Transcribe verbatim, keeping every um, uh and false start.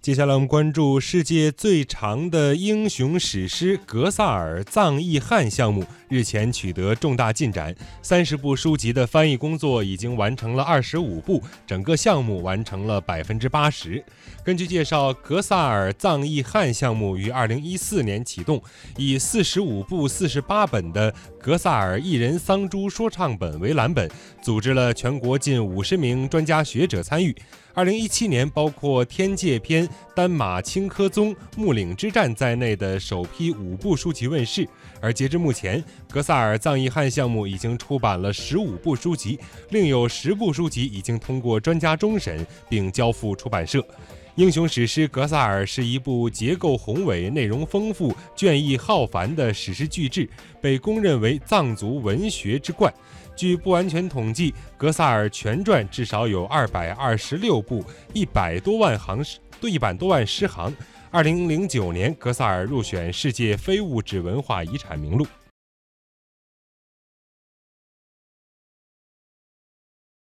接下来我们关注世界最长的英雄史诗格萨尔藏译汉项目日前取得重大进展，三十部书籍的翻译工作已经完成了二十五部，整个项目完成了百分之八十。根据介绍，格萨尔藏译汉项目于二零一四年启动，以四十五部四十八本的格萨尔一人桑珠说唱本为蓝本，组织了全国近五十名专家学者参与。二零一七年，包括天界篇、丹马青稞宗、木岭之战在内的首批五部书籍问世，而截至目前，格萨尔藏译汉项目已经出版了十五部书籍，另有十部书籍已经通过专家终审并交付出版社。英雄史诗格萨尔是一部结构宏伟、内容丰富、卷意浩繁的史诗巨制，被公认为藏族文学之冠。据不完全统计，格萨尔全传至少有二百二十六部，一百多万行，一百多万诗行。二零零九年，格萨尔入选世界非物质文化遗产名录。